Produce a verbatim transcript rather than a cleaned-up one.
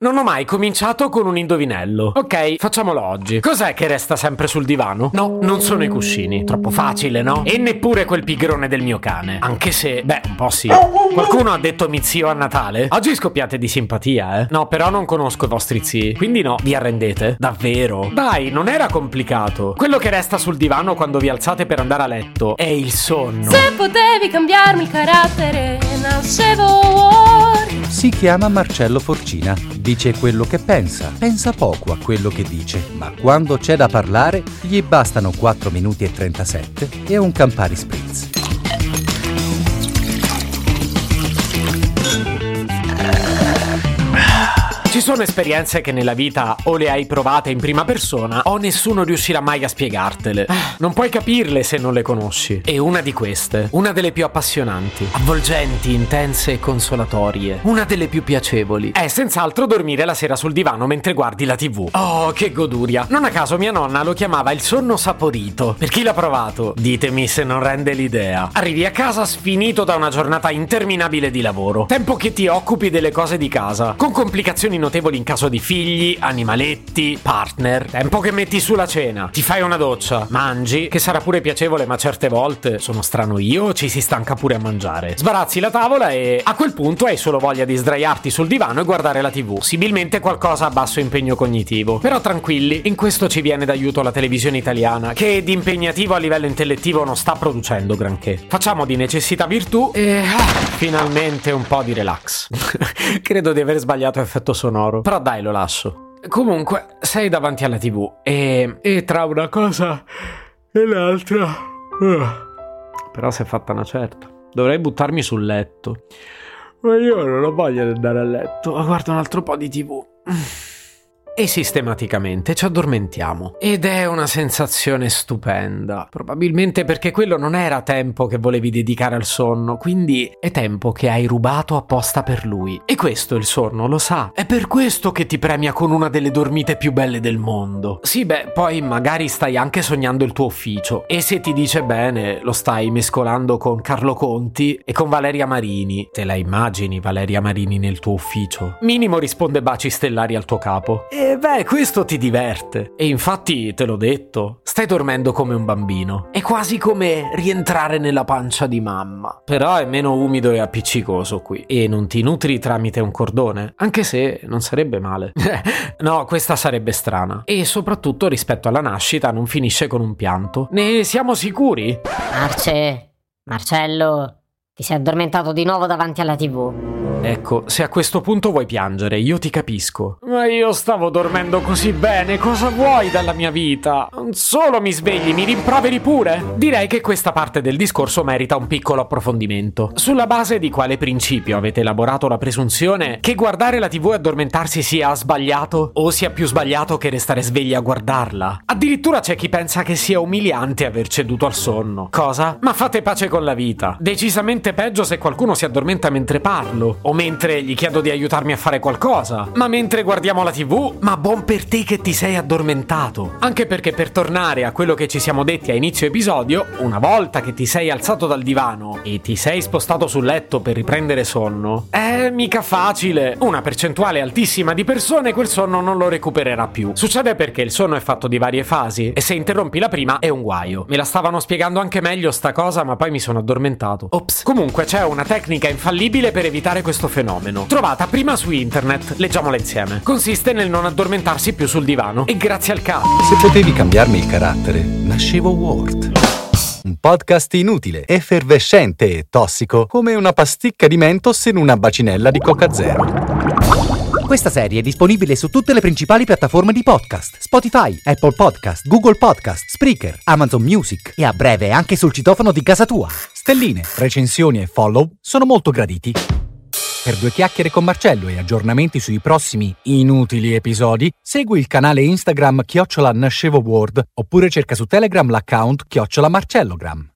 Non ho mai cominciato con un indovinello. Ok, facciamolo oggi. Cos'è che resta sempre sul divano? No, non sono i cuscini. Troppo facile, no? E neppure quel pigrone del mio cane. Anche se, beh, un po' sì. Qualcuno ha detto mi zio a Natale? Oggi scoppiate di simpatia, eh? No, però non conosco i vostri zii. Quindi no, vi arrendete? Davvero? Dai, non era complicato. Quello che resta sul divano quando vi alzate per andare a letto è il sonno. Se potevi cambiarmi il carattere, nascevo ora. Si chiama Marcello Forcina. Dice quello che pensa, pensa poco a quello che dice, ma quando c'è da parlare gli bastano quattro minuti e trentasette e un Campari Spritz. Ci sono esperienze che nella vita o le hai provate in prima persona o nessuno riuscirà mai a spiegartele. Non puoi capirle se non le conosci. E una di queste, una delle più appassionanti, avvolgenti, intense e consolatorie, una delle più piacevoli, è senz'altro dormire la sera sul divano mentre guardi la tivù. Oh, che goduria! Non a caso mia nonna lo chiamava il sonno saporito. Per chi l'ha provato, ditemi se non rende l'idea. Arrivi a casa sfinito da una giornata interminabile di lavoro. Tempo che ti occupi delle cose di casa, con complicazioni notevoli in caso di figli, animaletti, partner. Tempo che metti su la cena, ti fai una doccia, mangi, che sarà pure piacevole ma certe volte, sono strano io, ci si stanca pure a mangiare. Sbarazzi la tavola e a quel punto hai solo voglia di sdraiarti sul divano e guardare la tivù, possibilmente qualcosa a basso impegno cognitivo. Però tranquilli, in questo ci viene d'aiuto la televisione italiana, che di impegnativo a livello intellettivo non sta producendo granché. Facciamo di necessità virtù e ah, finalmente un po' di relax. Credo di aver sbagliato effetto sonoro. Però dai, lo lascio. Comunque, sei davanti alla tivù e... e tra una cosa e l'altra... Uh, però si è fatta una certa. Dovrei buttarmi sul letto. Ma io non ho voglia di andare a letto. Guardo un altro po' di tivù. E sistematicamente ci addormentiamo. Ed è una sensazione stupenda. Probabilmente perché quello non era tempo che volevi dedicare al sonno, quindi è tempo che hai rubato apposta per lui. E questo il sonno lo sa. È per questo che ti premia con una delle dormite più belle del mondo. Sì, beh, poi magari stai anche sognando il tuo ufficio. E se ti dice bene, lo stai mescolando con Carlo Conti e con Valeria Marini. Te la immagini Valeria Marini nel tuo ufficio? Minimo risponde baci stellari al tuo capo. E beh, questo ti diverte. E infatti, te l'ho detto, stai dormendo come un bambino. È quasi come rientrare nella pancia di mamma. Però è meno umido e appiccicoso qui. E non ti nutri tramite un cordone, anche se non sarebbe male. No, questa sarebbe strana. E soprattutto rispetto alla nascita non finisce con un pianto. Ne siamo sicuri? Marce, Marcello, ti sei addormentato di nuovo davanti alla tivù. Ecco, se a questo punto vuoi piangere, io ti capisco. Ma io stavo dormendo così bene, cosa vuoi dalla mia vita? Non solo mi svegli, mi rimproveri pure? Direi che questa parte del discorso merita un piccolo approfondimento. Sulla base di quale principio avete elaborato la presunzione che guardare la tivù e addormentarsi sia sbagliato? O sia più sbagliato che restare svegli a guardarla? Addirittura c'è chi pensa che sia umiliante aver ceduto al sonno. Cosa? Ma fate pace con la vita. Decisamente peggio se qualcuno si addormenta mentre parlo. O mentre gli chiedo di aiutarmi a fare qualcosa. Ma mentre guardiamo la tivù, ma buon per te che ti sei addormentato. Anche perché, per tornare a quello che ci siamo detti a inizio episodio, una volta che ti sei alzato dal divano e ti sei spostato sul letto per riprendere sonno, è mica facile. Una percentuale altissima di persone quel sonno non lo recupererà più. Succede perché il sonno è fatto di varie fasi e se interrompi la prima è un guaio. Me la stavano spiegando anche meglio sta cosa, ma poi mi sono addormentato. Ops. Comunque c'è una tecnica infallibile per evitare questo fenomeno, trovata prima su internet. Leggiamola insieme. Consiste nel non addormentarsi più sul divano. E grazie al cazzo. Se potevi cambiarmi il carattere, nascevo Word. Un podcast inutile, effervescente e tossico, come una pasticca di Mentos in una bacinella di Coca Zero. Questa serie è disponibile su tutte le principali piattaforme di podcast: Spotify, Apple Podcast, Google Podcast, Spreaker, Amazon Music e a breve anche sul citofono di casa tua. Stelline, recensioni e follow sono molto graditi. Per due chiacchiere con Marcello e aggiornamenti sui prossimi inutili episodi, segui il canale Instagram chiocciola Nascevo Word oppure cerca su Telegram l'account chiocciola Marcellogram.